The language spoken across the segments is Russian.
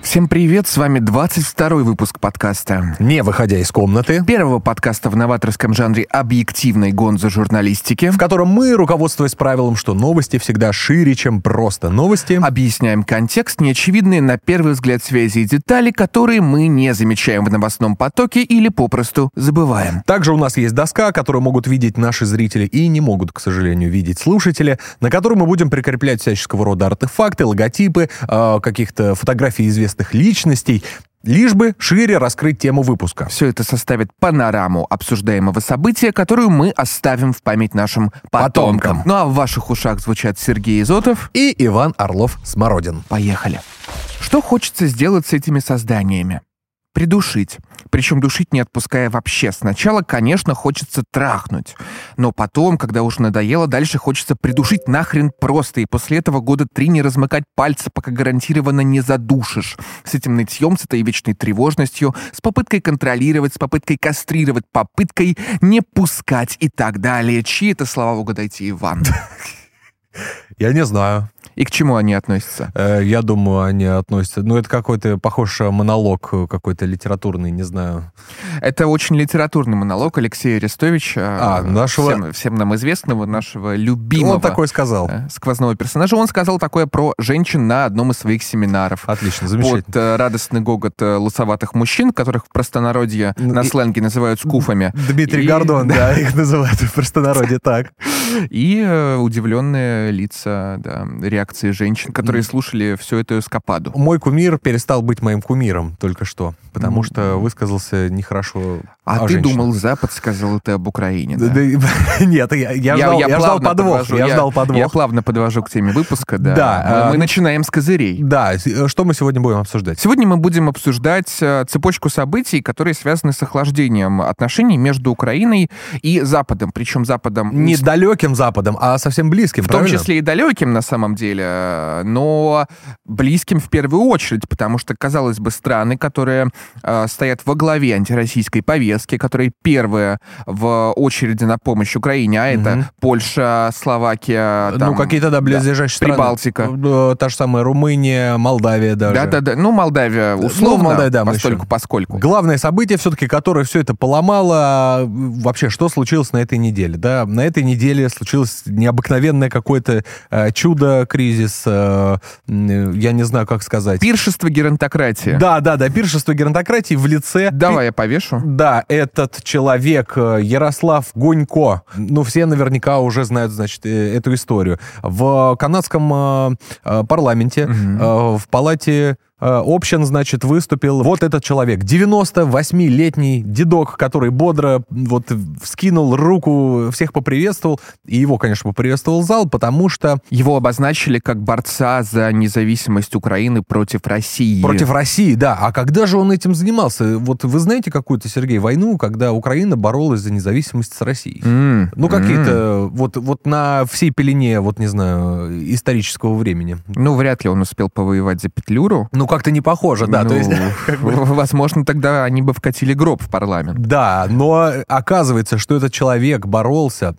Всем привет, с вами 22-й выпуск подкаста. Не выходя из комнаты. Первого подкаста в новаторском жанре объективной гонзо-журналистики, В котором мы, руководствуясь правилом, что новости всегда шире, чем просто новости, объясняем контекст, неочевидные на первый взгляд связи и детали, которые мы не замечаем в новостном потоке или попросту забываем. Также у нас есть доска, которую могут видеть наши зрители и не могут, к сожалению, видеть слушатели, на которой мы будем прикреплять всяческого рода артефакты, логотипы, каких-то фотографий известных личностей, лишь бы шире раскрыть тему выпуска. Все это составит панораму обсуждаемого события, которую мы оставим в память нашим потомкам. Ну а в ваших ушах звучат Сергей Изотов И Иван Орлов-Смородин. Поехали. Что хочется сделать с этими созданиями? Придушить. Причем душить не отпуская вообще. Сначала, конечно, хочется трахнуть. Но потом, когда уж надоело, дальше хочется придушить нахрен просто. И после этого года 3 не размыкать пальцы, пока гарантированно не задушишь. С этим нытьем, с этой вечной тревожностью, с попыткой контролировать, с попыткой кастрировать, попыткой не пускать и так далее. Чьи это слова, угадайте, Иван? Я не знаю. И к чему они относятся? Я думаю, они относятся... это какой-то, похож, монолог какой-то литературный, не знаю. Это очень литературный монолог Алексея Арестовича, нашего... всем нам известного, нашего любимого... Он такой сказал. Сквозного персонажа. Он сказал такое про женщин на одном из своих семинаров. Отлично, замечательно. Под радостный гогот лысоватых мужчин, которых в простонародье на сленге называют скуфами. Дмитрий Гордон, да, их называют в простонародье так. И удивленные лица, да, реакции женщин, которые слушали всю эту эскападу. Мой кумир перестал быть моим кумиром только что, потому что высказался нехорошо о ты женщинах. думал, Запад сказал это об Украине, да? Нет, я ждал подвох. Я плавно подвожу к теме выпуска, да. Да. Мы начинаем с козырей. Да, что мы сегодня будем обсуждать? Сегодня мы будем обсуждать цепочку событий, которые связаны с охлаждением отношений между Украиной и Западом. Причем Западом... Не далеким Западом, а совсем близким, В том числе и далеким, на самом деле, но близким в первую очередь, потому что, казалось бы, страны, которые стоят во главе антироссийской повестки, которые первые в очереди на помощь Украине, а это Польша, Словакия, там, какие-то, близлежащие страны. Прибалтика. Та же самая Румыния, Молдавия даже. Да. Молдавия условно, постольку-поскольку. Главное событие все-таки, которое все это поломало, вообще, что случилось на этой неделе? Да, на этой неделе случилось необыкновенное какое-то чудо, кризис, я не знаю, как сказать. Пиршество геронтократии. Да, пиршество геронтократии в лице... Давай я повешу. Да, этот человек, Ярослав Гонько, все наверняка уже знают, значит, эту историю. В канадском парламенте, в палате общин, значит, выступил вот этот человек, 98-летний дедок, который бодро вскинул руку, всех поприветствовал, и его, конечно, поприветствовал зал, потому что... Его обозначили как борца за независимость Украины против России. Против России, да. А когда же он этим занимался? Вы знаете какую-то, Сергей, войну, когда Украина боролась за независимость с Россией? Какие-то, на всей пелене, не знаю, исторического времени. Вряд ли он успел повоевать за Петлюру. Как-то не похоже, да. То есть, возможно, тогда они бы вкатили гроб в парламент. Да, но оказывается, что этот человек боролся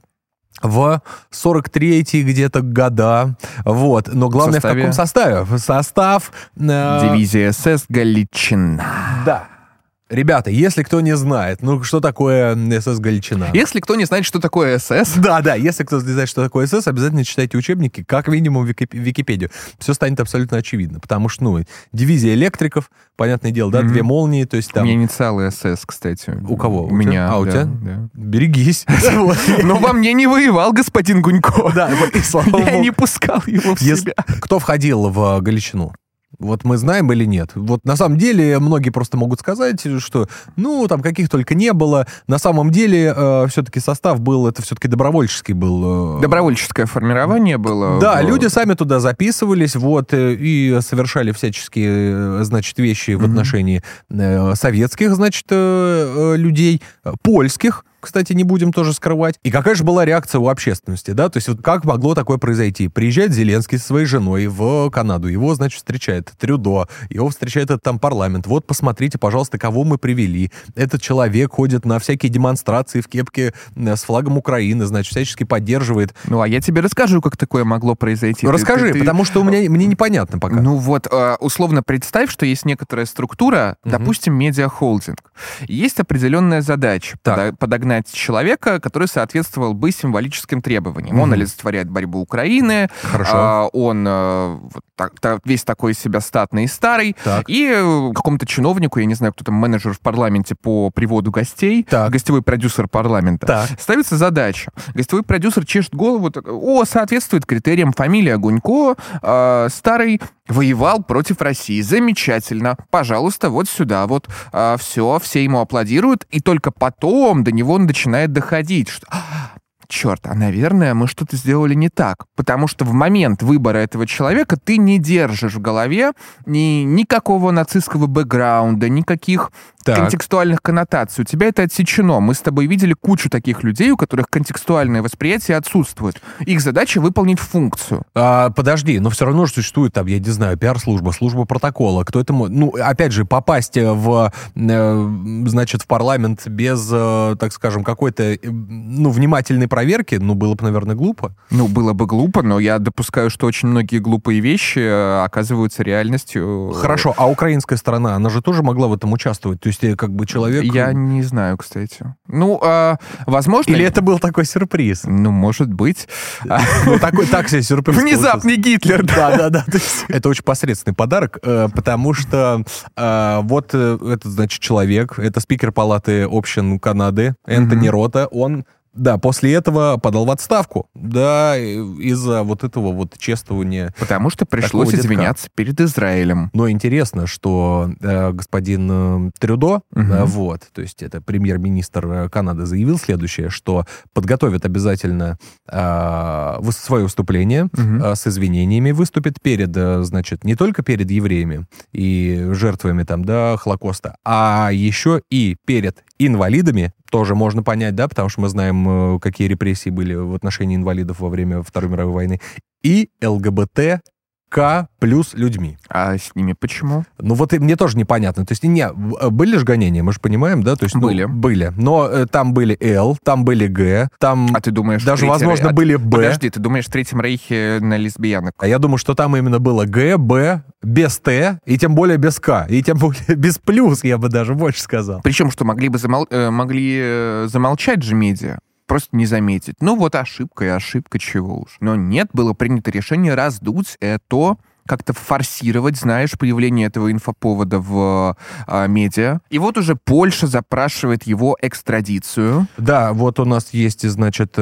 в 43-й где-то года. Но главное, в каком составе? Состав... Дивизия СС «Галичина». Да. Ребята, если кто не знает, что такое СС Галичина? Если кто не знает, что такое СС... Да, если кто не знает, что такое СС, обязательно читайте учебники, как минимум Википедию. Все станет абсолютно очевидно, потому что, дивизия электриков, понятное дело, да, 2 молнии, то есть там... У меня инициалы СС, кстати. У кого? У меня. У тебя? Да. Берегись. Но во мне не воевал господин Гунько. Да, я не пускал его в себя. Кто входил в Галичину? Мы знаем или нет? На самом деле, многие просто могут сказать, что, там каких только не было. На самом деле, все-таки состав был, это все-таки добровольческий был. Добровольческое формирование было. Да, люди сами туда записывались, и совершали всяческие, значит, вещи в отношении советских, значит, людей, польских, кстати, не будем тоже скрывать. И какая же была реакция у общественности, да? То есть вот как могло такое произойти? Приезжает Зеленский со своей женой в Канаду, его, значит, встречает Трюдо, его встречает этот там парламент. Вот, посмотрите, пожалуйста, кого мы привели. Этот человек ходит на всякие демонстрации в кепке с флагом Украины, значит, всячески поддерживает. Ну, а я тебе расскажу, как такое могло произойти. Ну, расскажи, потому что мне непонятно пока. Ну вот, условно представь, что есть некоторая структура, допустим, медиахолдинг. Есть определенная задача подогнать человека, который соответствовал бы символическим требованиям. Он олицетворяет борьбу Украины, он весь такой из себя статный и старый, и какому-то чиновнику, я не знаю, кто там менеджер в парламенте по приводу гостей, гостевой продюсер парламента, ставится задача. Гостевой продюсер чешет голову, соответствует критериям, фамилия Гунько, старый, воевал против России. Замечательно. Пожалуйста, вот сюда вот. Все ему аплодируют, и только потом до него начинает доходить, что... Черт, наверное, мы что-то сделали не так. Потому что в момент выбора этого человека ты не держишь в голове никакого нацистского бэкграунда, никаких контекстуальных коннотаций. У тебя это отсечено. Мы с тобой видели кучу таких людей, у которых контекстуальное восприятие отсутствует. Их задача выполнить функцию. Подожди, но все равно существует там, я не знаю, пиар-служба, служба протокола. Кто это может... Ну, опять же, попасть в парламент без, так скажем, какой-то, внимательной проверки, было бы, наверное, глупо. Было бы глупо, но я допускаю, что очень многие глупые вещи оказываются реальностью. Хорошо, а украинская сторона, она же тоже могла в этом участвовать? То есть, как бы человек... Я не знаю, кстати. Возможно... Или это был такой сюрприз? Может быть. Так себе сюрприз. Внезапный Гитлер. Да. Это очень посредственный подарок, потому что вот этот, значит, человек, это спикер Палаты общин Канады, Энтони Рота, он... Да, после этого подал в отставку. Да, из-за вот этого вот чествования. Потому что пришлось извиняться перед Израилем. Но интересно, что господин Трюдо, то есть это премьер-министр Канады, заявил следующее, что подготовит обязательно свое выступление с извинениями, выступит перед, значит, не только перед евреями и жертвами там, Холокоста, а еще и перед инвалидами. Тоже можно понять, да, потому что мы знаем, какие репрессии были в отношении инвалидов во время Второй мировой войны. И ЛГБТ плюс людьми. А с ними почему? Вот мне тоже непонятно. То есть, были же гонения, мы же понимаем, да? То есть, были. Но там были Л, там были Г, там... А ты думаешь... Даже, возможно, были Б. Подожди, ты думаешь, в Третьем Рейхе на лесбиянок? А я думаю, что там именно было Г, Б, без Т, и тем более без К, и тем более без плюс, я бы даже больше сказал. Причем, что могли замолчать же медиа. Просто не заметить. Ошибка чего уж. Но нет, было принято решение раздуть это, как-то форсировать, знаешь, появление этого инфоповода в медиа. И вот уже Польша запрашивает его экстрадицию. Да, вот у нас есть, значит,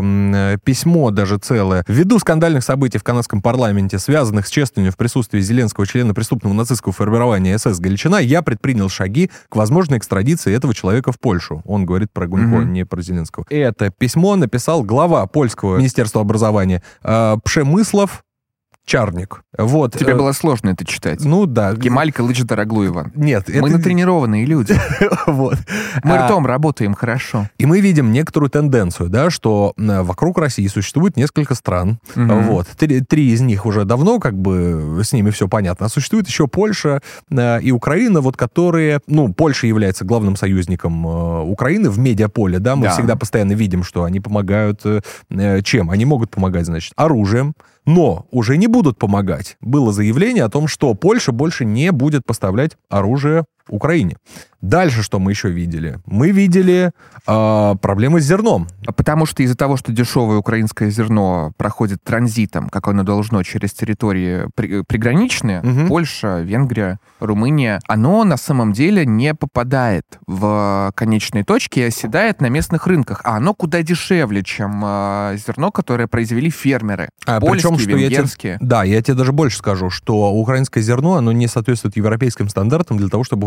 письмо даже целое. Ввиду скандальных событий в канадском парламенте, связанных с чествованием в присутствии Зеленского члена преступного нацистского формирования СС Галичина, я предпринял шаги к возможной экстрадиции этого человека в Польшу. Он говорит про Гунько, не про Зеленского. Это письмо написал глава польского министерства образования Пшемыслав Чарник. Вот. Тебе было сложно это читать. Да. Кемаль Кылыч Дороглуева. Нет. Мы натренированные люди. Вот. Мы ртом работаем хорошо. И мы видим некоторую тенденцию, да, что вокруг России существует несколько стран. Вот. Три из них уже давно, как бы, с ними все понятно. А существует еще Польша и Украина, вот которые... Польша является главным союзником Украины в медиаполе, да. Мы всегда постоянно видим, что они помогают чем? Они могут помогать, значит, оружием, но уже не будут помогать. Было заявление о том, что Польша больше не будет поставлять оружие Украине. Дальше что мы еще видели? Мы видели проблемы с зерном. Потому что из-за того, что дешевое украинское зерно проходит транзитом, как оно должно, через территории приграничные, Польша, Венгрия, Румыния, оно на самом деле не попадает в конечные точки и оседает на местных рынках. А оно куда дешевле, чем зерно, которое произвели фермеры. Польские, венгерские. Я тебе даже больше скажу, что украинское зерно, оно не соответствует европейским стандартам для того, чтобы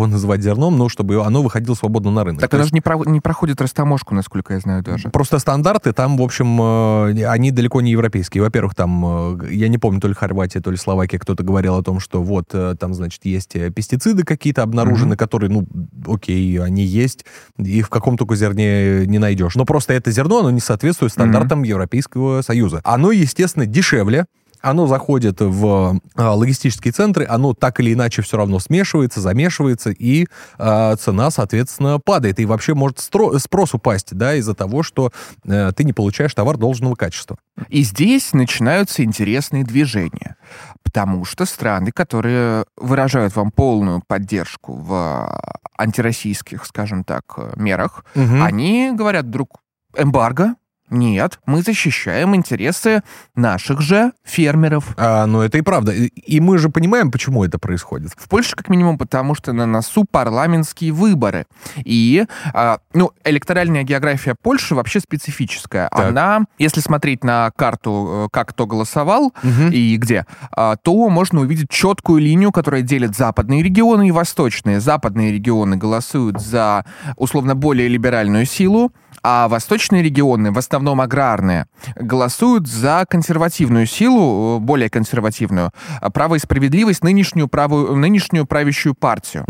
его называть зерном, но чтобы оно выходило свободно на рынок. Так оно же не проходит растаможку, насколько я знаю даже. Просто стандарты там, в общем, они далеко не европейские. Во-первых, там, я не помню, то ли Хорватия, то ли Словакия, кто-то говорил о том, что вот там, значит, есть пестициды какие-то обнаружены, которые, ну, окей, они есть, и в каком только зерне не найдешь. Но просто это зерно, оно не соответствует стандартам Европейского Союза. Оно, естественно, дешевле. Оно заходит в логистические центры, оно так или иначе все равно смешивается, замешивается, и цена, соответственно, падает. И вообще может спрос упасть, да, из-за того, что ты не получаешь товар должного качества. И здесь начинаются интересные движения, потому что страны, которые выражают вам полную поддержку в антироссийских, скажем так, мерах, они говорят вдруг: эмбарго? Нет, мы защищаем интересы наших же фермеров. Ну, это и правда. И мы же понимаем, почему это происходит. В Польше, как минимум, потому что на носу парламентские выборы. И, электоральная география Польши вообще специфическая. Так. Она, если смотреть на карту, как кто голосовал и где, то можно увидеть четкую линию, которая делит западные регионы и восточные. Западные регионы голосуют за, условно, более либеральную силу, а восточные регионы, в основном аграрные, голосуют за консервативную силу, более консервативную, «Право и справедливость», нынешнюю правящую партию.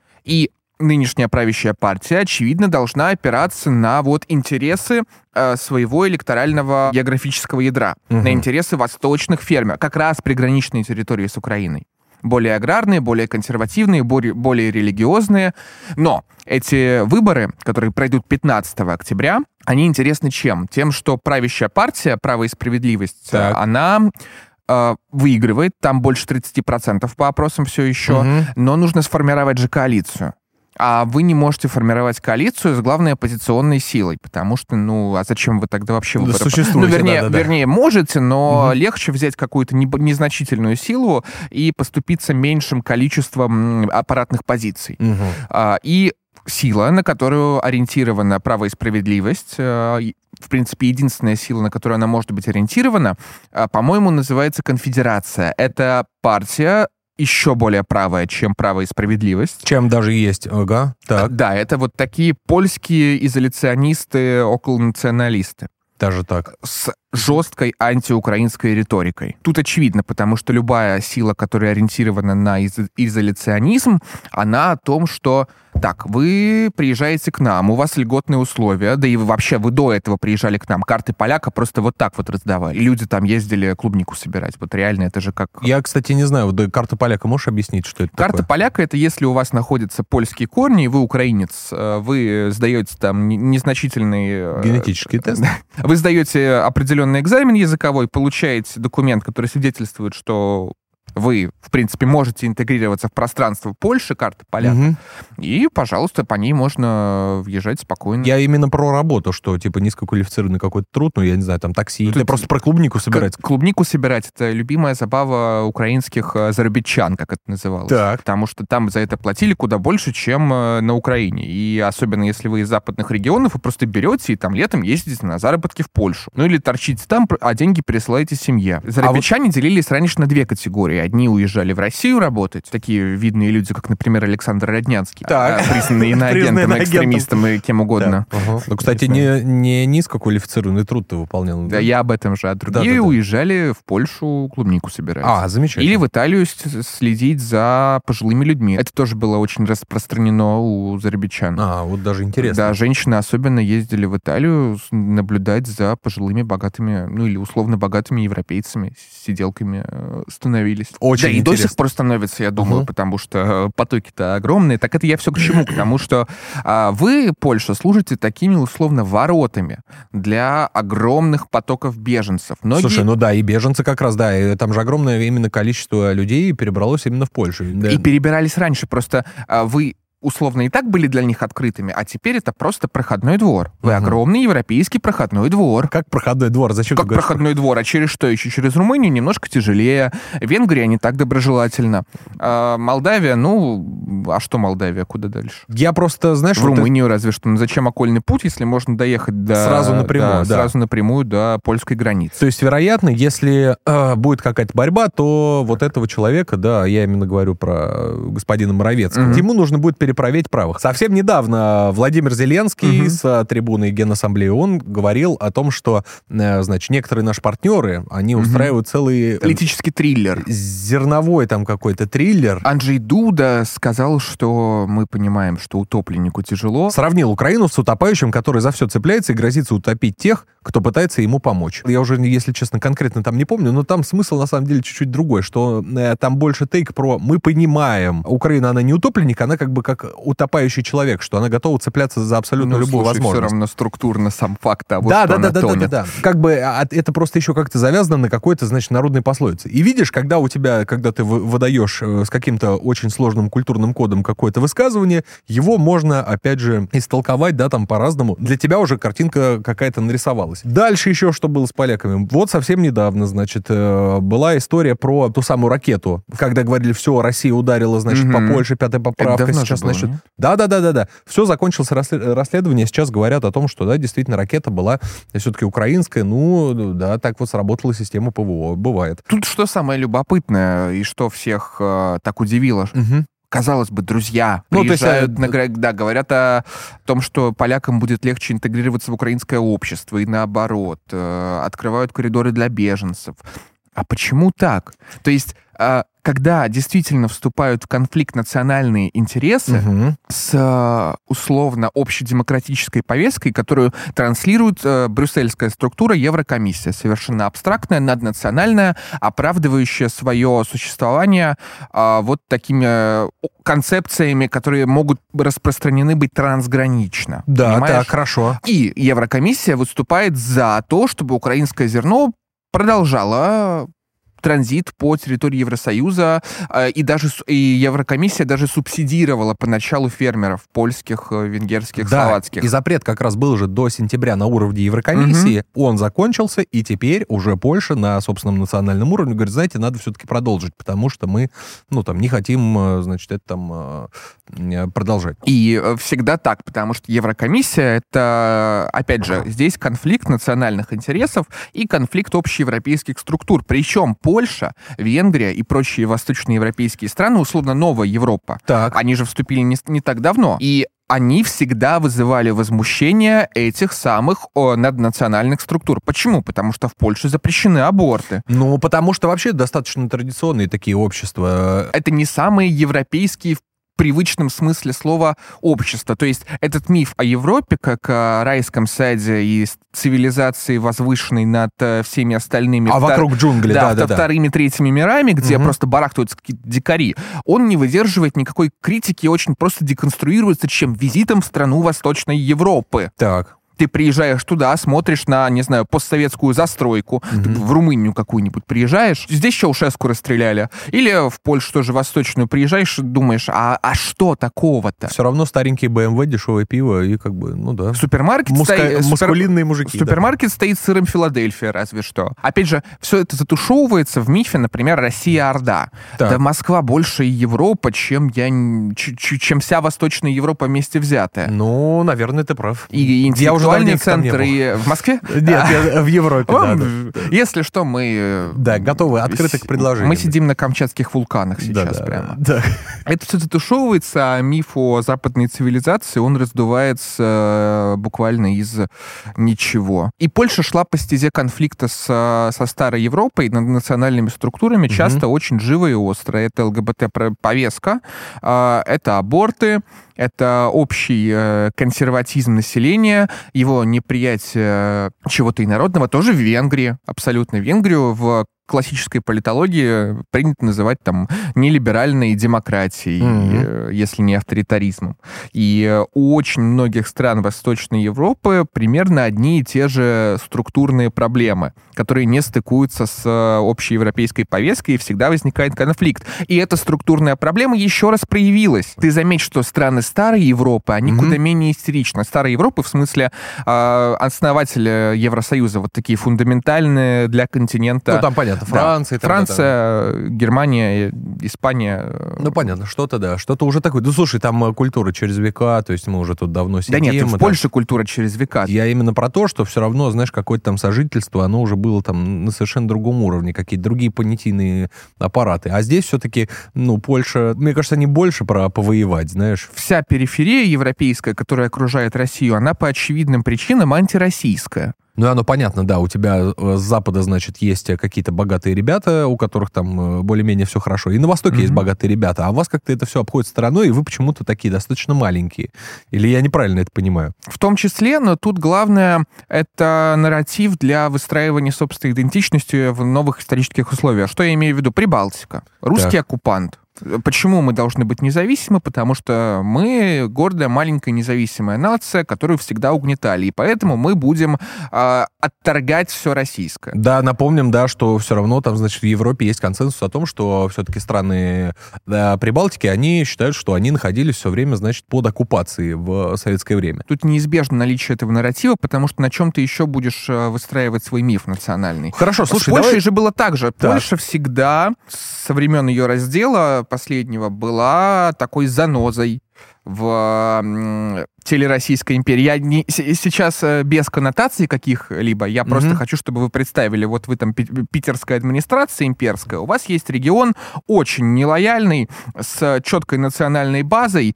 И нынешняя правящая партия, очевидно, должна опираться на вот интересы своего электорального географического ядра, на интересы восточных фермеров, как раз приграничные территории с Украиной. Более аграрные, более консервативные, более религиозные. Но эти выборы, которые пройдут 15 октября, они интересны чем? Тем, что правящая партия «Право и справедливость», она выигрывает, там больше 30% по опросам все еще, но нужно сформировать же коалицию. А вы не можете формировать коалицию с главной оппозиционной силой, потому что, а зачем вы тогда вообще выборы? Вернее, можете, но легче взять какую-то незначительную силу и поступиться меньшим количеством аппаратных позиций. И сила, на которую ориентирована «Право и справедливость», в принципе, единственная сила, на которую она может быть ориентирована, по-моему, называется «Конфедерация». Это партия, еще более правая, чем «Право и справедливость». Чем даже есть, ага. Так. Да, это вот такие польские изоляционисты, околонационалисты. Даже так. С жесткой антиукраинской риторикой. Тут очевидно, потому что любая сила, которая ориентирована на изоляционизм, она о том, что так, вы приезжаете к нам, у вас льготные условия, да и вы до этого приезжали к нам. Карты поляка просто вот так вот раздавали. И люди там ездили клубнику собирать. Вот реально это же как... Я, кстати, не знаю, карта поляка, можешь объяснить, что это Карта такое? Поляка — это если у вас находятся польские корни, и вы украинец, вы сдаете там незначительный... Генетический тест? Вы сдаете определенный экзамен языковой, получаете документ, который свидетельствует, что вы, в принципе, можете интегрироваться в пространство Польши, карта поляка, и, пожалуйста, по ней можно въезжать спокойно. Я именно про работу, что, типа, низкоквалифицированный какой-то труд, я не знаю, там, такси, или просто про клубнику собирать. Клубнику собирать — это любимая забава украинских зарубежчан, как это называлось. Так. Потому что там за это платили куда больше, чем на Украине. И особенно если вы из западных регионов, вы просто берете и там летом ездите на заработки в Польшу. Или торчите там, а деньги присылаете семье. Зарубежчане делились раньше на две категории. Одни уезжали в Россию работать, такие видные люди, как, например, Александр Роднянский, признанный иноагентом, экстремистом и кем угодно. Ну, кстати, не низкоквалифицированный труд ты выполнял. Да, я об этом же. А другие уезжали в Польшу клубнику собирать. Замечательно. Или в Италию следить за пожилыми людьми. Это тоже было очень распространено у зарубежчан. Вот даже интересно. Да, женщины особенно ездили в Италию наблюдать за пожилыми, богатыми, или условно богатыми европейцами, сиделками становились. Очень интересно. И до сих пор становится, я думаю, потому что потоки-то огромные. Так это я все к чему? К тому, что вы, Польша, служите такими условно воротами для огромных потоков беженцев. Слушай, и беженцы как раз, и там же огромное именно количество людей перебралось именно в Польшу. Да. И перебирались раньше. Просто вы условно и так были для них открытыми, а теперь это просто проходной двор. Вы огромный европейский проходной двор. Как проходной двор? Зачем как проходной двор? А через что еще? Через Румынию немножко тяжелее. Венгрия не так доброжелательна. Молдавия, а что Молдавия? Куда дальше? Я просто, знаешь... В Румынию разве что. Ну, зачем окольный путь, если можно доехать сразу напрямую до польской границы? То есть, вероятно, если будет какая-то борьба, то вот этого человека, да, я именно говорю про господина Моровецкого, ему нужно будет перепроверить правых. Совсем недавно Владимир Зеленский с трибуны Генассамблеи, он говорил о том, что, значит, некоторые наши партнеры, они устраивают целый... Политический триллер. Зерновой там какой-то триллер. Анджей Дуда сказал, что мы понимаем, что утопленнику тяжело. Сравнил Украину с утопающим, который за все цепляется и грозится утопить тех, кто пытается ему помочь. Я уже, если честно, конкретно там не помню, но там смысл на самом деле чуть-чуть другой, что там больше тейк про «мы понимаем». Украина, она не утопленник, она как бы как утопающий человек, что она готова цепляться за абсолютно любую возможность. Все равно структурно сам факт того, что она тонет. Да. Как бы это просто еще как-то завязано на какой-то, значит, народной пословице. И видишь, когда ты выдаешь с каким-то очень сложным культурным кодом какое-то высказывание, его можно, опять же, истолковать, да, там по-разному. Для тебя уже картинка какая-то нарисовалась. Дальше еще что было с поляками. Вот совсем недавно, значит, была история про ту самую ракету, когда говорили, все, Россия ударила, значит, по Польше, 5-я поправка. Сейчас, значит... Да. Все, закончилось расследование. Сейчас говорят о том, что, да, действительно, ракета была все-таки украинская. Ну, да, так вот сработала система ПВО. Бывает. Тут что самое любопытное и что всех так удивило, казалось бы, друзья приезжают, говорят о том, что полякам будет легче интегрироваться в украинское общество и наоборот, открывают коридоры для беженцев. А почему так? То есть, когда действительно вступают в конфликт национальные интересы с условно общедемократической повесткой, которую транслирует брюссельская структура Еврокомиссия, совершенно абстрактная, наднациональная, оправдывающая свое существование вот такими концепциями, которые могут распространены быть трансгранично. Да, понимаешь? Так, хорошо. И Еврокомиссия выступает за то, чтобы украинское зерно продолжала транзит по территории Евросоюза, и Еврокомиссия даже субсидировала поначалу фермеров польских, венгерских, словацких. И запрет как раз был уже до сентября на уровне Еврокомиссии, он закончился, и теперь уже Польша на собственном национальном уровне говорит, знаете, надо все-таки продолжить, потому что мы, не хотим, значит, это там продолжать. И всегда так, потому что Еврокомиссия — это, опять же, здесь конфликт национальных интересов и конфликт общеевропейских структур. Причем Польша, Венгрия и прочие восточноевропейские страны, условно, новая Европа, они же вступили не так давно. И они всегда вызывали возмущение этих самых наднациональных структур. Почему? Потому что в Польше запрещены аборты. Потому что вообще достаточно традиционные такие общества. Это не самые европейские в привычном смысле слова общество. То есть этот миф о Европе как о райском саде и цивилизации, возвышенной над всеми остальными... вокруг джунгли, вторыми, третьими мирами, где просто барахтаются какие-то дикари, он не выдерживает никакой критики и очень просто деконструируется, чем визитом в страну Восточной Европы. Так. Ты приезжаешь туда, смотришь на, не знаю, постсоветскую застройку, ты в Румынию какую-нибудь приезжаешь, здесь Чаушеску расстреляли, или в Польшу тоже восточную приезжаешь, думаешь, а что такого-то? Все равно старенькие BMW, дешевое пиво и как бы, Супермаркет мускулинные мужики. Супермаркет стоит с сыром Филадельфия, разве что. Опять же, все это затушевывается в мифе, например, Россия-Орда. Да Москва больше Европа, чем вся Восточная Европа вместе взятая. Наверное, ты прав. И интеллектуальный центр в Москве? Нет, в Европе, Если что, мы... Да, готовы, открыты к предложению. Мы сидим на камчатских вулканах сейчас прямо. Да. Это все затушевывается, а миф о западной цивилизации, он раздувается буквально из ничего. И Польша шла по стезе конфликта со Старой Европой над национальными структурами, часто очень живо и остро. Это ЛГБТ-повестка, это аборты, это общий консерватизм населения, его неприятие чего-то инородного, тоже в Венгрии, абсолютно. Венгрию в классической политологии принято называть там нелиберальной демократией, если не авторитаризмом. И у очень многих стран Восточной Европы примерно одни и те же структурные проблемы, которые не стыкуются с общеевропейской повесткой, и всегда возникает конфликт. И эта структурная проблема еще раз проявилась. Ты заметь, что страны старой Европы, они куда менее истеричны. Старой Европы, в смысле основатель Евросоюза, вот такие фундаментальные для континента. Ну, там понятно, Франция. Да. Франция, Германия, Испания. Ну, понятно, что-то, да, что-то уже такое. Ну, слушай, там культура через века, то есть мы уже тут давно сидим. Да нет, в Польше культура через века. Я именно про то, что все равно, знаешь, какое-то там сожительство, оно уже было там на совершенно другом уровне, какие-то другие понятийные аппараты. А здесь все-таки, ну, Польша, мне кажется, не больше про повоевать, знаешь. Вся периферия европейская, которая окружает Россию, она по очевидным причинам антироссийская. Ну, оно понятно, да, у тебя с Запада, значит, есть какие-то богатые ребята, у которых там более-менее все хорошо, и на Востоке есть богатые ребята, а у вас как-то это все обходит стороной, и вы почему-то такие достаточно маленькие. Или я неправильно это понимаю? В том числе, но тут главное — это нарратив для выстраивания собственной идентичности в новых исторических условиях. Что я имею в виду? Прибалтика. Русский оккупант. Почему мы должны быть независимы? Потому что мы гордая, маленькая, независимая нация, которую всегда угнетали. И поэтому мы будем отторгать все российское. Да, напомним, да, что все равно там, значит, в Европе есть консенсус о том, что все-таки страны Прибалтики, они считают, что они находились все время, значит, под оккупацией в советское время. Тут неизбежно наличие этого нарратива, потому что на чем ты еще будешь выстраивать свой миф национальный. Хорошо, слушай, с Польшей давай... же было так же. Так. Польша всегда со времен ее раздела последнего была такой занозой в теле Российской империи. Я сейчас без коннотаций каких-либо, я просто хочу, чтобы вы представили, вот вы там питерская администрация имперская, у вас есть регион очень нелояльный, с четкой национальной базой,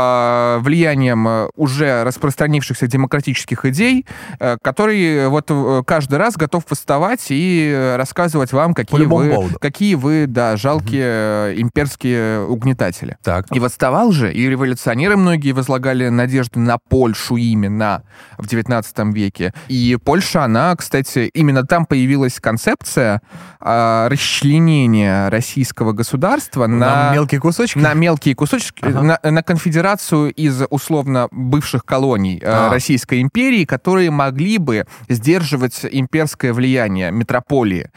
влиянием уже распространившихся демократических идей, который вот каждый раз готов восставать и рассказывать вам, какие вы, да, жалкие имперские угнетатели. Так. И восставал же, и революционеры многие возлагали надежды на Польшу именно в 19 веке. И Польша, она, кстати, именно там появилась концепция расчленения российского государства на мелкие кусочки? На мелкие кусочки, на конфедерацию из условно бывших колоний Российской империи, которые могли бы сдерживать имперское влияние метрополии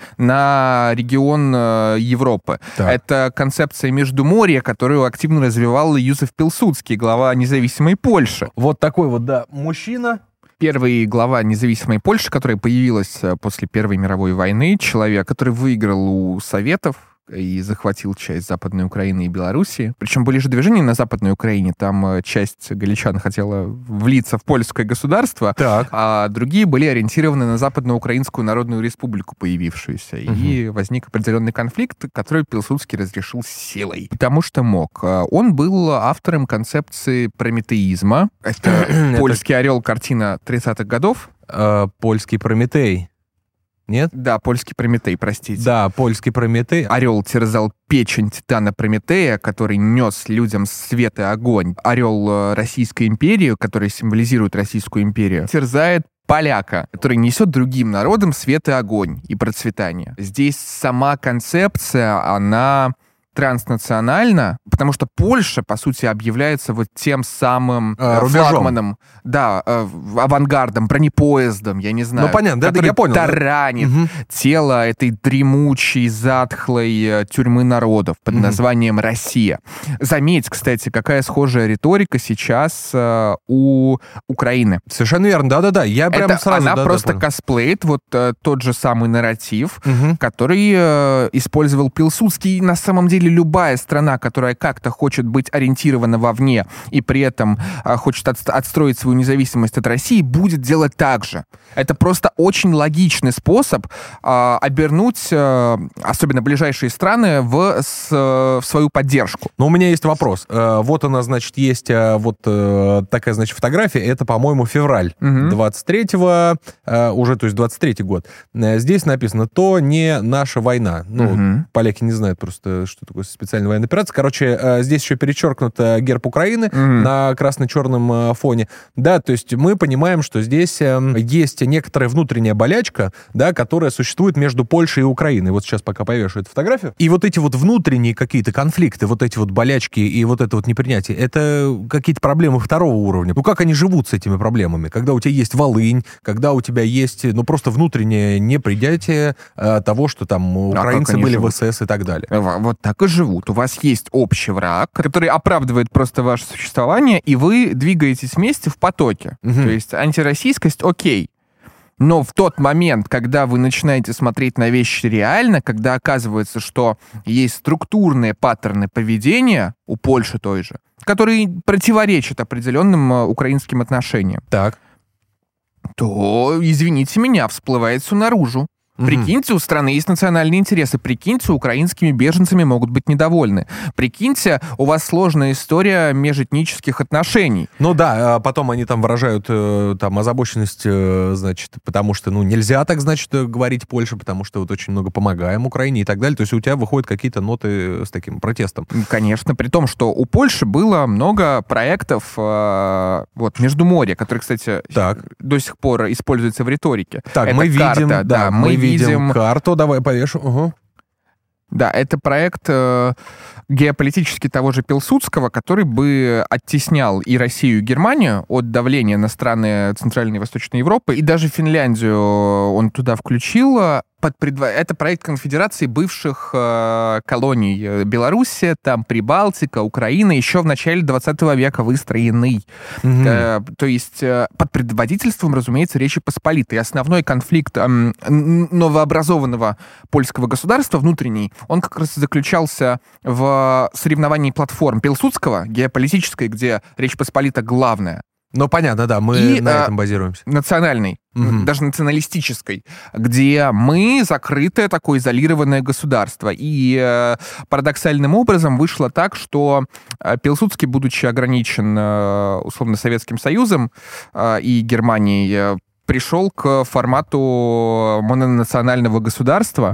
на регион Европы. Так. Это концепция Междуморья, которую активно развивал Юзеф Пилсудский, глава независимой Польши. Вот такой вот, да, мужчина. Первый глава независимой Польши, которая появилась после Первой мировой войны, человек, который выиграл у Советов и захватил часть Западной Украины и Белоруссии. Причем были же движения на Западной Украине. Там часть галичан хотела влиться в польское государство, а другие были ориентированы на Западноукраинскую Народную Республику, появившуюся. И возник определенный конфликт, который Пилсудский разрешил силой. Потому что мог. Он был автором концепции прометеизма. Это «Польский орел», картина 30-х годов. Польский Прометей. Нет? Да, польский Прометей, простите. Да, польский Прометей. Орел терзал печень титана Прометея, который нес людям свет и огонь. Орел Российской империи, который символизирует Российскую империю, терзает поляка, который несет другим народам свет и огонь и процветание. Здесь сама концепция, она транснациональна, потому что Польша, по сути, объявляется вот тем самым флагманом, да, авангардом, бронепоездом, я не знаю. Ну, понятно, который я понял. таранит тело этой дремучей, затхлой тюрьмы народов под названием Россия. Заметь, кстати, какая схожая риторика сейчас у Украины. Совершенно верно, да-да-да. Я прям сразу... Она просто косплеит вот тот же самый нарратив, который использовал Пилсудский. На самом деле любая страна, которая как-то хочет быть ориентирована вовне и при этом хочет отстроить свою независимость от России, будет делать так же. Это просто очень логичный способ обернуть, особенно ближайшие страны, в свою поддержку. Но у меня есть вопрос. Вот она, значит, есть вот такая, значит, фотография. Это, по-моему, февраль 23-го, уже, то есть 23-й год. Здесь написано «То не наша война». Ну, поляки не знают просто, что такое специальная военная операция. Короче, здесь еще перечеркнут герб Украины на красно-черном фоне. Да, то есть мы понимаем, что здесь есть некоторая внутренняя болячка, да, которая существует между Польшей и Украиной. Вот сейчас пока повешу эту фотографию. И вот эти вот внутренние какие-то конфликты, вот эти вот болячки и вот это вот непринятие, это какие-то проблемы второго уровня. Ну, как они живут с этими проблемами? Когда у тебя есть Волынь, когда у тебя есть, ну, просто внутреннее непринятие того, что там украинцы были в СС и так далее. Вот так и живут. У вас есть общий враг, который оправдывает просто ваше существование, и вы двигаетесь вместе в потоке. То есть антироссийскость окей. Но в тот момент, когда вы начинаете смотреть на вещи реально, когда оказывается, что есть структурные паттерны поведения у Польши той же, которые противоречат определенным украинским отношениям, так, то, извините меня, всплывает все наружу. Прикиньте, у страны есть национальные интересы. Прикиньте, украинскими беженцами могут быть недовольны. Прикиньте, у вас сложная история межэтнических отношений. Ну да, потом они там выражают там озабоченность, значит, потому что, ну, нельзя так, значит, говорить Польше, потому что вот очень много помогаем Украине и так далее. То есть у тебя выходят какие-то ноты с таким протестом. Конечно, при том, что у Польши было много проектов вот Междуморья, которые, кстати, до сих пор используются в риторике. Так, это мы карта, видим, да, мы видим карту, давай повешу. Угу. Да, это проект геополитически того же Пилсудского, который бы оттеснял и Россию, и Германию от давления на страны Центральной и Восточной Европы, и даже Финляндию он туда включил. Это проект конфедерации бывших колоний Белоруссия, там Прибалтика, Украина, еще в начале 20 века выстроенный. То есть под предводительством, разумеется, Речи Посполитой. Основной конфликт новообразованного польского государства внутренний, он как раз заключался в соревновании платформ Пилсудского, геополитической, где Речь Посполита главная. Ну, понятно, да, мы на этом базируемся. Национальной, даже националистической, где мы закрытое такое изолированное государство. И парадоксальным образом вышло так, что Пилсудский, будучи ограничен условно Советским Союзом и Германией, пришел к формату мононационального государства,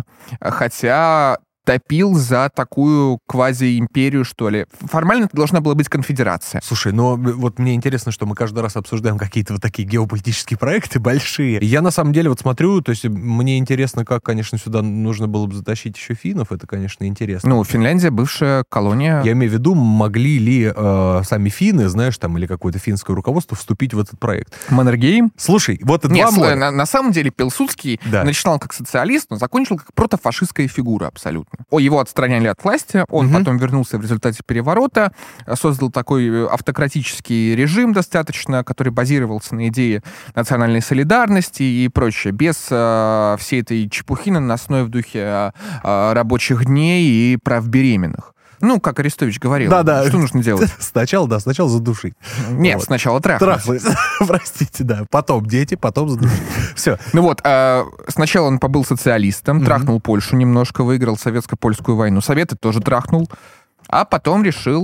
хотя топил за такую квази-империю, что ли. Формально это должна была быть конфедерация. Слушай, ну вот мне интересно, что мы каждый раз обсуждаем какие-то вот такие геополитические проекты большие. Я на самом деле вот смотрю, то есть мне интересно, как, конечно, сюда нужно было бы затащить еще финнов, это, конечно, интересно. Ну, Финляндия бывшая колония. Я имею в виду, могли ли сами финны, знаешь, там, или какое-то финское руководство вступить в этот проект. Маннергейм? Слушай, вот это Нет, на самом деле Пилсудский начинал как социалист, но закончил как протофашистская фигура абсолютно. Его отстраняли от власти, он потом вернулся в результате переворота, создал такой автократический режим достаточно, который базировался на идее национальной солидарности и прочее, без всей этой чепухи наносной в духе рабочих дней и прав беременных. Ну, как Арестович говорил, что нужно делать? Сначала задушить. Нет, сначала трахнуть. Простите, да. Потом дети, потом задушить. Все. Ну вот, сначала он побыл социалистом, трахнул Польшу немножко, выиграл советско-польскую войну. Советы тоже трахнул, а потом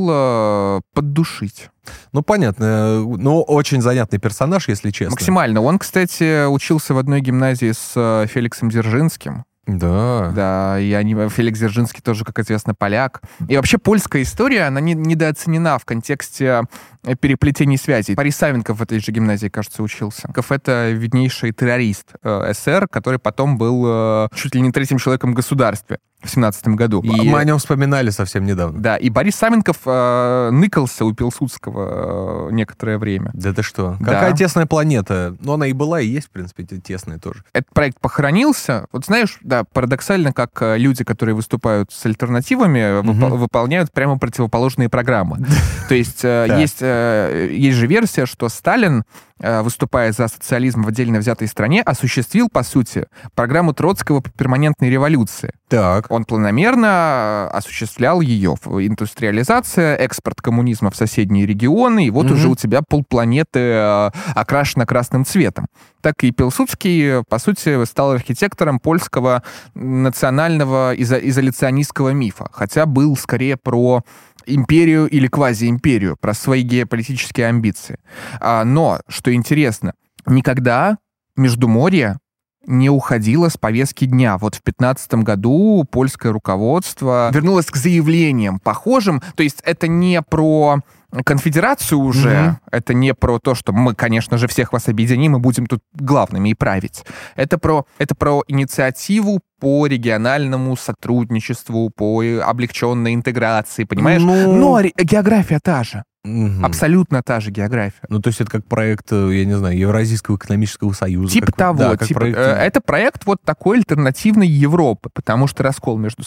решил поддушить. Ну, понятно. Ну, очень занятный персонаж, если честно. Максимально. Он, кстати, учился в одной гимназии с Феликсом Дзержинским. Да. Да, и Феликс Дзержинский тоже, как известно, поляк. И вообще польская история, она недооценена в контексте переплетений связей. Борис Савенков в этой же гимназии, кажется, учился. Это виднейший террорист СССР, который потом был чуть ли не третьим человеком в государстве в 17 году. Мы о нем вспоминали совсем недавно. Да, и Борис Савенков ныкался у Пилсудского некоторое время. Да ты что? Да. Какая тесная планета. Но она и была, и есть, в принципе, тесная тоже. Этот проект похоронился. Вот знаешь, да, парадоксально, как люди, которые выступают с альтернативами, выполняют прямо противоположные программы. То есть есть же версия, что Сталин, выступая за социализм в отдельно взятой стране, осуществил, по сути, программу Троцкого по перманентной революции. Так. Он планомерно осуществлял ее. Индустриализация, экспорт коммунизма в соседние регионы, и вот уже у тебя полпланеты окрашена красным цветом. Так и Пилсудский, по сути, стал архитектором польского национального изоляционистского мифа, хотя был скорее про империю или квазиимперию, про свои геополитические амбиции. Но, что интересно, никогда Междуморье не уходила с повестки дня. Вот в 2015 году польское руководство вернулось к заявлениям похожим. То есть это не про конфедерацию уже, это не про то, что мы, конечно же, всех вас объединим и будем тут главными и править. Это про инициативу по региональному сотрудничеству, по облегченной интеграции, понимаешь? Но география та же. Абсолютно та же география. Ну, то есть это как проект, я не знаю, Евразийского экономического союза. Типа того. Да, проект... Это проект вот такой альтернативной Европы, потому что раскол между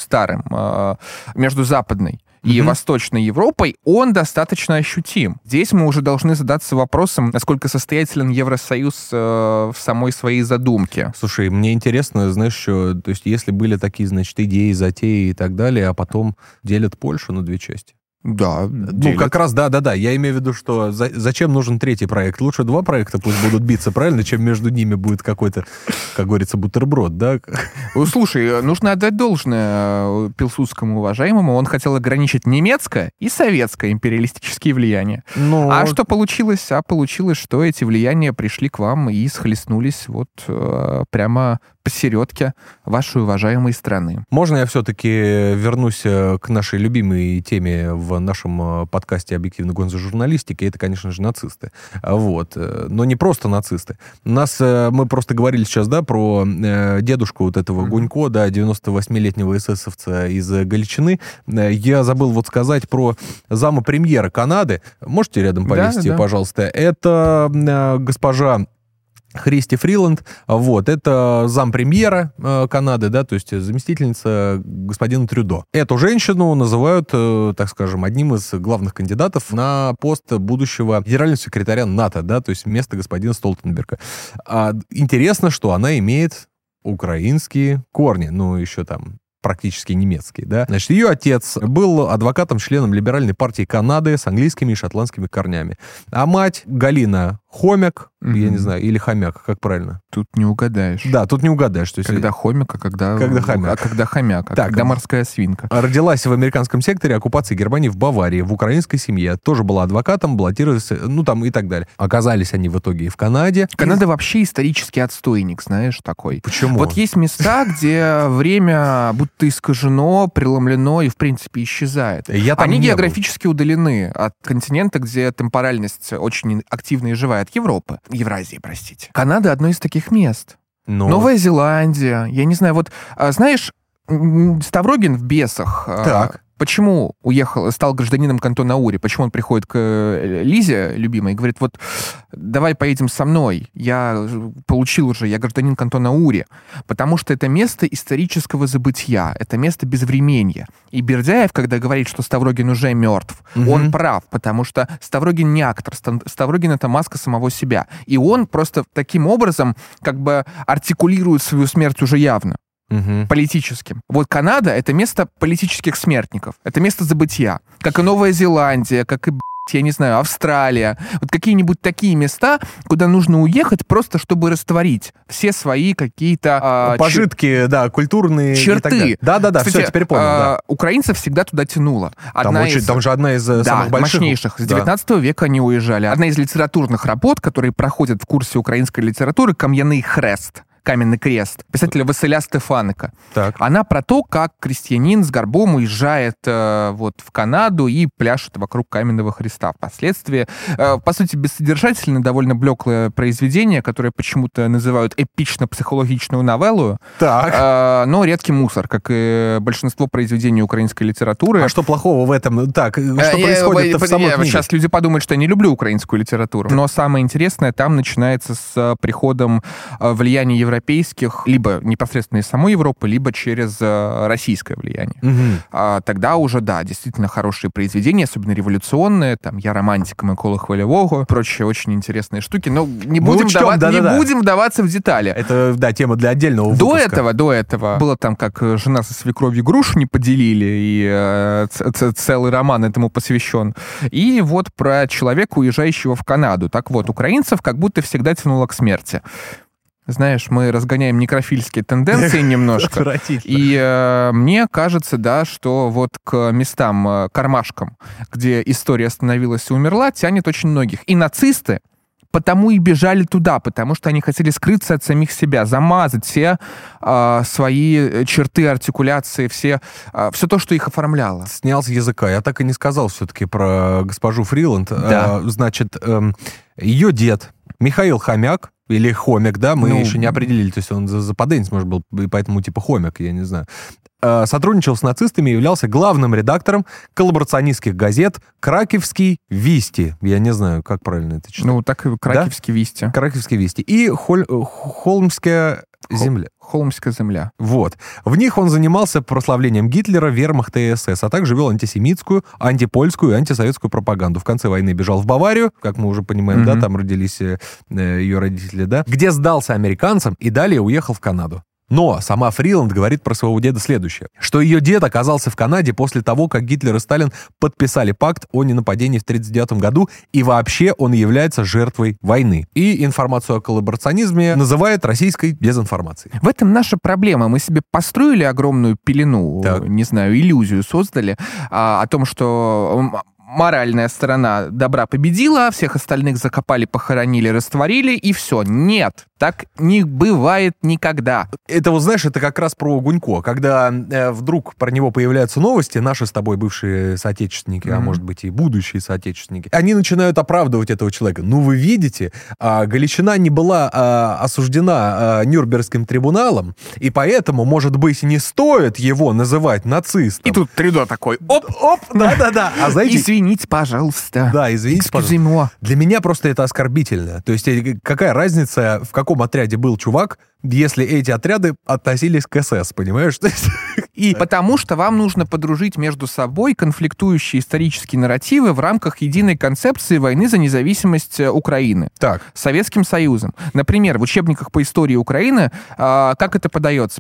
между западной и Восточной Европой, он достаточно ощутим. Здесь мы уже должны задаться вопросом, насколько состоятелен Евросоюз в самой своей задумке. Слушай, мне интересно, знаешь, еще, то есть если были такие, значит, идеи, затеи и так далее, а потом делят Польшу на две части. Да. Ну, как раз, да. Я имею в виду, что зачем нужен третий проект? Лучше два проекта пусть будут биться, правильно, чем между ними будет какой-то, как говорится, бутерброд, да? Слушай, нужно отдать должное Пилсудскому уважаемому. Он хотел ограничить немецкое и советское империалистические влияния. А что получилось? А получилось, что эти влияния пришли к вам и схлестнулись вот прямо посередке вашей уважаемой страны. Можно я все-таки вернусь к нашей любимой теме в нашем подкасте «Объективный гон за журналистикой»? Это, конечно же, нацисты. Вот. Но не просто нацисты. Мы просто говорили сейчас, да, про дедушку вот этого Гунько, да, 98-летнего эсэсовца из Галичины. Я забыл вот сказать про зама премьера Канады. Можете рядом повесить, пожалуйста? Это госпожа Христи Фриланд, вот, это зампремьера Канады, да, то есть заместительница господина Трюдо. Эту женщину называют, так скажем, одним из главных кандидатов на пост будущего генерального секретаря НАТО, да, то есть вместо господина Столтенберга. Интересно, что она имеет украинские корни, ну, еще там практически немецкий, да. Значит, ее отец был адвокатом-членом либеральной партии Канады с английскими и шотландскими корнями. А мать Галина Хомяк, я не знаю, или Хомяк, как правильно? Тут не угадаешь. Да, тут не угадаешь. То есть... Когда хомяк, а когда хомяк. А когда хомяк, а когда морская свинка. Родилась в американском секторе оккупации Германии в Баварии, в украинской семье. Тоже была адвокатом, баллотировалась, ну там и так далее. Оказались они в итоге и в Канаде. Канада вообще исторический отстойник, знаешь, такой. Почему? Вот есть места, где время будто искажено, преломлено и, в принципе, исчезает. Они географически удалены от континента, где темпоральность очень активна и живая, от Европы. Евразии, простите. Канада — одно из таких мест. Новая Зеландия. Я не знаю, вот, знаешь, Ставрогин в «Бесах». Так. Почему стал гражданином кантона Ури? Почему он приходит к Лизе, любимой, и говорит, вот, давай поедем со мной, я гражданин кантона Ури. Потому что это место исторического забытия, это место безвременья. И Бердяев, когда говорит, что Ставрогин уже мертв, он прав, потому что Ставрогин не актор, Ставрогин — это маска самого себя. И он просто таким образом как бы артикулирует свою смерть уже явно. Политическим. Вот Канада — это место политических смертников. Это место забытия. Как и Новая Зеландия, как и, я не знаю, Австралия. Вот какие-нибудь такие места, куда нужно уехать просто, чтобы растворить все свои какие-то... пожитки, да, культурные. Черты. Да, кстати, все, теперь понял. Украинцев всегда туда тянуло. Там же одна из самых больших. Мощнейших. С 19 века они уезжали. Одна из литературных работ, которые проходят в курсе украинской литературы, «Кам'яний хрест». «Каменный крест» писателя Василя Стефаника. Так. Она про то, как крестьянин с горбом уезжает вот в Канаду и пляшет вокруг каменного креста. Впоследствии, по сути, бессодержательное, довольно блеклое произведение, которое почему-то называют эпично-психологичную новеллу, но редкий мусор, как и большинство произведений украинской литературы. А что плохого в этом? Так, что происходит в самой книге? Сейчас люди подумают, что я не люблю украинскую литературу. Но самое интересное там начинается с приходом влияния европейских, либо непосредственно из самой Европы, либо через российское влияние. Тогда уже, да, действительно хорошие произведения, особенно революционные, там «Я романтика» Миколы Хвалевого, прочие очень интересные штуки, но не будем вдаваться в детали. Это, да, тема для отдельного выпуска. До этого было там, как жена со свекровью грушу не поделили, и целый роман этому посвящен. И вот про человека, уезжающего в Канаду. Так вот, украинцев как будто всегда тянуло к смерти. Знаешь, мы разгоняем некрофильские тенденции немножко. И мне кажется, да, что вот к местам, кармашкам, где история остановилась и умерла, тянет очень многих. И нацисты потому и бежали туда, потому что они хотели скрыться от самих себя, замазать все свои черты артикуляции, все то, что их оформляло. Снял с языка. Я так и не сказал все-таки про госпожу Фриланд. Да. Значит, ее дед Михаил Хомяк, или Хомяк, да, мы еще не определили, то есть он западенец, может, был, и поэтому типа Хомяк, я не знаю. Сотрудничал с нацистами и являлся главным редактором коллаборационистских газет «Кракевский Висти». Я не знаю, как правильно это читать. Ну, так и «Кракевский Висти». «Кракевский Висти». И «Холмская земля». «Холмская земля». Вот. В них он занимался прославлением Гитлера, вермахта и СС, а также вел антисемитскую, антипольскую и антисоветскую пропаганду. В конце войны бежал в Баварию, как мы уже понимаем, да, там родились ее родители, да, где сдался американцам и далее уехал в Канаду. Но сама Фриланд говорит про своего деда следующее, что ее дед оказался в Канаде после того, как Гитлер и Сталин подписали пакт о ненападении в 1939 году, и вообще он является жертвой войны. И информацию о коллаборационизме называет российской дезинформацией. В этом наша проблема. Мы себе построили огромную пелену, не знаю, иллюзию создали о том, что моральная сторона добра победила, всех остальных закопали, похоронили, растворили, и все. Нет, так не бывает никогда. Это вот, знаешь, это как раз про Гунько. Когда вдруг про него появляются новости, наши с тобой бывшие соотечественники, а может быть и будущие соотечественники, они начинают оправдывать этого человека. Ну, вы видите, Галичина не была осуждена Нюрнбергским трибуналом, и поэтому, может быть, не стоит его называть нацистом. И тут Трюдо такой, оп, да-да-да. А знаете, извините, пожалуйста. Да, извините, пожалуйста. Для меня просто это оскорбительно. То есть какая разница, в каком отряде был чувак, если эти отряды относились к СС, понимаешь? Потому что вам нужно подружить между собой конфликтующие исторические нарративы в рамках единой концепции войны за независимость Украины. Так. С Советским Союзом. Например, в учебниках по истории Украины как это подается?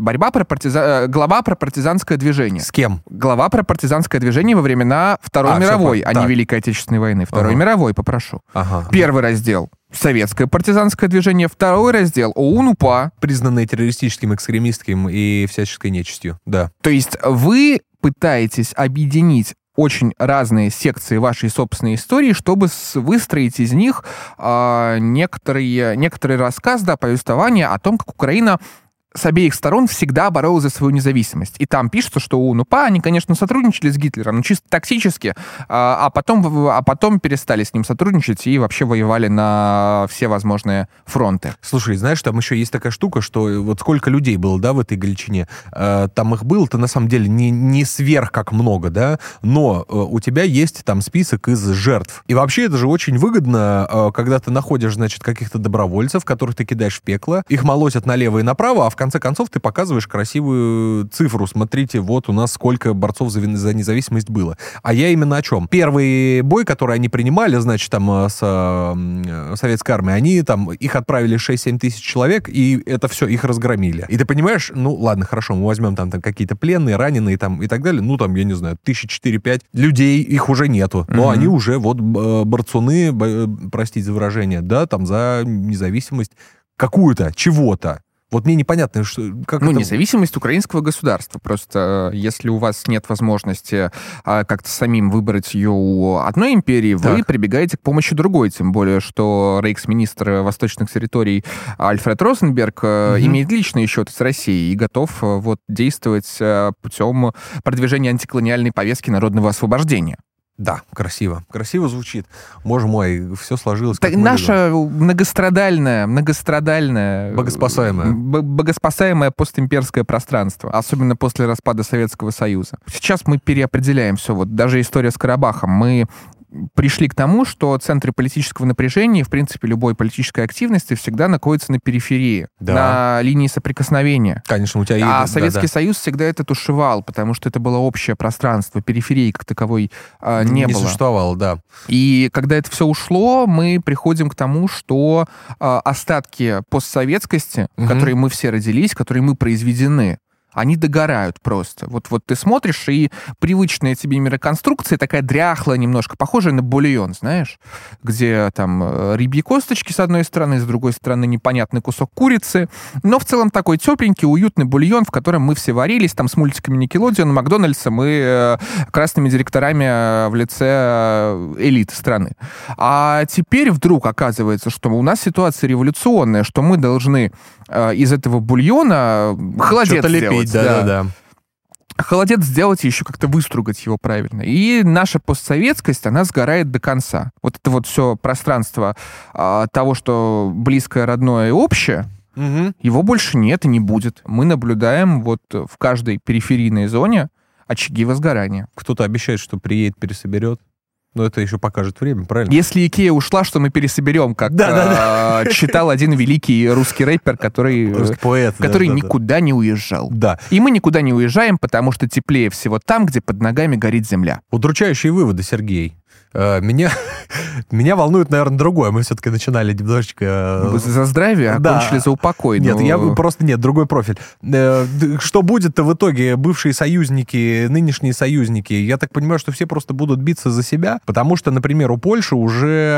Глава про партизанское движение. С кем? Глава про партизанское движение во времена Второй мировой, а не Великой Отечественной войны. Второй мировой, попрошу. Первый раздел. Советское партизанское движение. Второй раздел ОУН-УПА. Признанные террористическим, экстремистским и всяческой нечистью. Да. То есть вы пытаетесь объединить очень разные секции вашей собственной истории, чтобы выстроить из них некоторый рассказ, повествование о том, как Украина с обеих сторон всегда боролась за свою независимость. И там пишется, что ОУН-УПА, они, конечно, сотрудничали с Гитлером, но чисто токсически, а потом перестали с ним сотрудничать и вообще воевали на все возможные фронты. Слушай, знаешь, там еще есть такая штука, что вот сколько людей было, да, в этой Галичине, там их было-то на самом деле не сверх как много, да, но у тебя есть там список из жертв. И вообще это же очень выгодно, когда ты находишь, значит, каких-то добровольцев, которых ты кидаешь в пекло, их молотят налево и направо, а в конце концов ты показываешь красивую цифру. Смотрите, вот у нас сколько борцов за независимость было. А я именно о чем? Первый бой, который они принимали, значит, там с советской армией, они там, их отправили 6-7 тысяч человек, и это все, их разгромили. И ты понимаешь, ну ладно, хорошо, мы возьмем там какие-то пленные, раненые там и так далее, ну там, я не знаю, 4-5 людей, их уже нету. Но они уже вот борцуны, простите за выражение, да, там за независимость какую-то, чего-то. Вот мне непонятно, как это... независимость украинского государства. Просто если у вас нет возможности как-то самим выбрать ее у одной империи, вы прибегаете к помощи другой. Тем более, что рейхсминистр восточных территорий Альфред Розенберг имеет личные счеты с Россией и готов действовать путем продвижения антиколониальной повестки народного освобождения. Да, красиво. Красиво звучит. Боже мой, все сложилось. Так наша многострадальное, богоспасаемое постимперское пространство, особенно после распада Советского Союза. Сейчас мы переопределяем все. Вот даже история с Карабахом. Мы пришли к тому, что центры политического напряжения, в принципе, любой политической активности всегда находятся на периферии, на линии соприкосновения. Конечно, у тебя есть. Советский Союз всегда это тушевал, потому что это было общее пространство, периферии как таковой не было. Не существовало, да. И когда это все ушло, мы приходим к тому, что остатки постсоветскости, в которой мы все родились, в которой мы произведены, они догорают просто. Вот ты смотришь, и привычная тебе мироконструкция такая дряхлая немножко, похожая на бульон, знаешь, где там рыбьи косточки с одной стороны, с другой стороны непонятный кусок курицы, но в целом такой тепленький, уютный бульон, в котором мы все варились, там с мультиками Никелодеона, Макдональдсом и красными директорами в лице элиты страны. А теперь вдруг оказывается, что у нас ситуация революционная, что мы должны из этого бульона холодец лепить, сделать. Да. Холодец сделать и еще как-то выстругать его правильно. И наша постсоветскость, она сгорает до конца. Вот это вот все пространство того, что близкое, родное и общее, его больше нет и не будет. Мы наблюдаем вот в каждой периферийной зоне очаги возгорания. Кто-то обещает, что приедет, пересоберет. Но это еще покажет время, правильно? Если Икея ушла, что мы пересоберем, как читал один великий русский рэпер, который поэт, который никуда не уезжал. Да. И мы никуда не уезжаем, потому что теплее всего там, где под ногами горит земля. Удручающие выводы, Сергей. Меня волнует, наверное, другое. Мы все-таки начинали немножечко... За здравие, а кончили за упокой. Нет, другой профиль. Что будет-то в итоге? Бывшие союзники, нынешние союзники, я так понимаю, что все просто будут биться за себя, потому что, например, у Польши уже,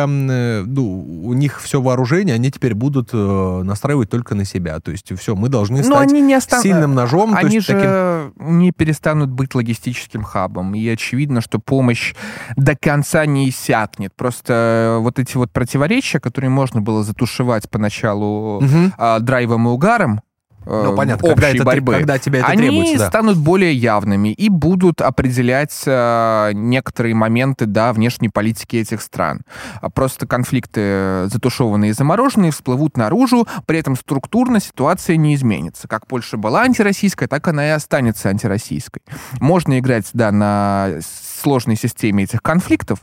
у них все вооружение, они теперь будут настраивать только на себя. То есть все, мы должны стать сильным ножом. Они же не перестанут быть логистическим хабом. И очевидно, что помощь до конца не иссякнет. Просто вот эти вот противоречия, которые можно было затушевать поначалу драйвом и угаром, понятно, общей борьбы, когда тебя это они требуется, да. станут более явными и будут определять некоторые моменты внешней политики этих стран. Просто конфликты затушеванные и замороженные всплывут наружу, при этом структурно ситуация не изменится. Как Польша была антироссийской, так она и останется антироссийской. Можно играть, на сложной системе этих конфликтов.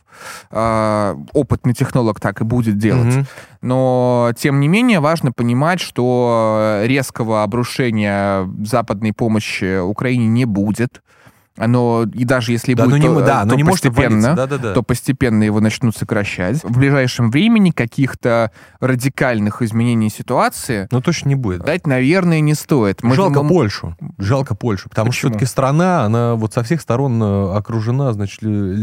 Опытный технолог так и будет делать. Но, тем не менее, важно понимать, что резкого обрушения западной помощи Украине не будет. И даже если будет, то постепенно его начнут сокращать. В ближайшем времени каких-то радикальных изменений ситуации точно не будет. Дать, наверное, не стоит. Жалко Польшу, потому что все-таки страна, она вот со всех сторон окружена, значит,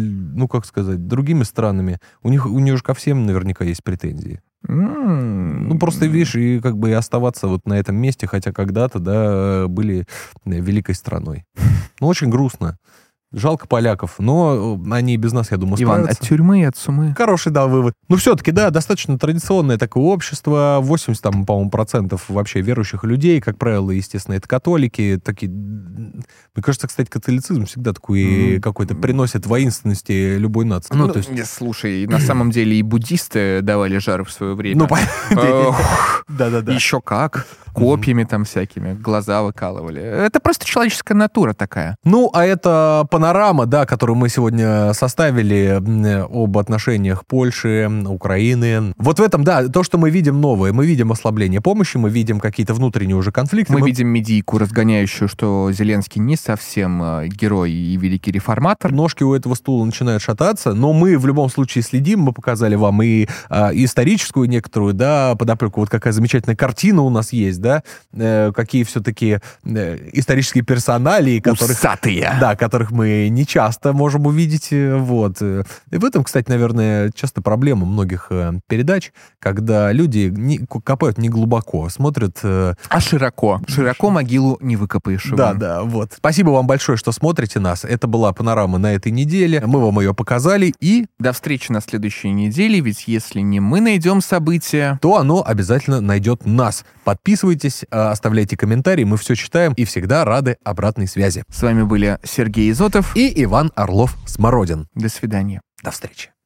другими странами. У нее же ко всем наверняка есть претензии. Просто, видишь, и и оставаться вот на этом месте, хотя когда-то, были великой страной. Очень грустно. Жалко поляков, но они без нас, я думаю, справятся. Иван, от тюрьмы и от сумы. Хороший, вывод. Все-таки, достаточно традиционное такое общество. 80, по-моему, процентов вообще верующих людей, как правило, естественно, это католики. Такие... Мне кажется, кстати, католицизм всегда такой какой-то приносит воинственности любой нации. То есть, слушай, на самом деле и буддисты давали жару в свое время. Да-да-да. Еще как. Копьями там всякими, глаза выкалывали. Это просто человеческая натура такая. А это панорама, которую мы сегодня составили об отношениях Польши, Украины. Вот в этом, то, что мы видим новое. Мы видим ослабление помощи, мы видим какие-то внутренние уже конфликты. Мы видим медийку, разгоняющую, что Зеленский не совсем герой и великий реформатор. Ножки у этого стула начинают шататься, но мы в любом случае следим. Мы показали вам и историческую некоторую, подоплеку. Вот какая замечательная картина у нас есть, какие все-таки исторические персоналии, которых мы не часто можем увидеть. Вот. И в этом, кстати, наверное, часто проблема многих передач, когда люди копают не глубоко, смотрят... А широко. Широко могилу не выкопаешь. Вот. Спасибо вам большое, что смотрите нас. Это была панорама на этой неделе. Мы вам ее показали и... До встречи на следующей неделе, ведь если не мы найдем события, то оно обязательно найдет нас. Подписывайтесь, оставляйте комментарии, мы все читаем и всегда рады обратной связи. С вами были Сергей Изотов и Иван Орлов-Смородин. До свидания. До встречи.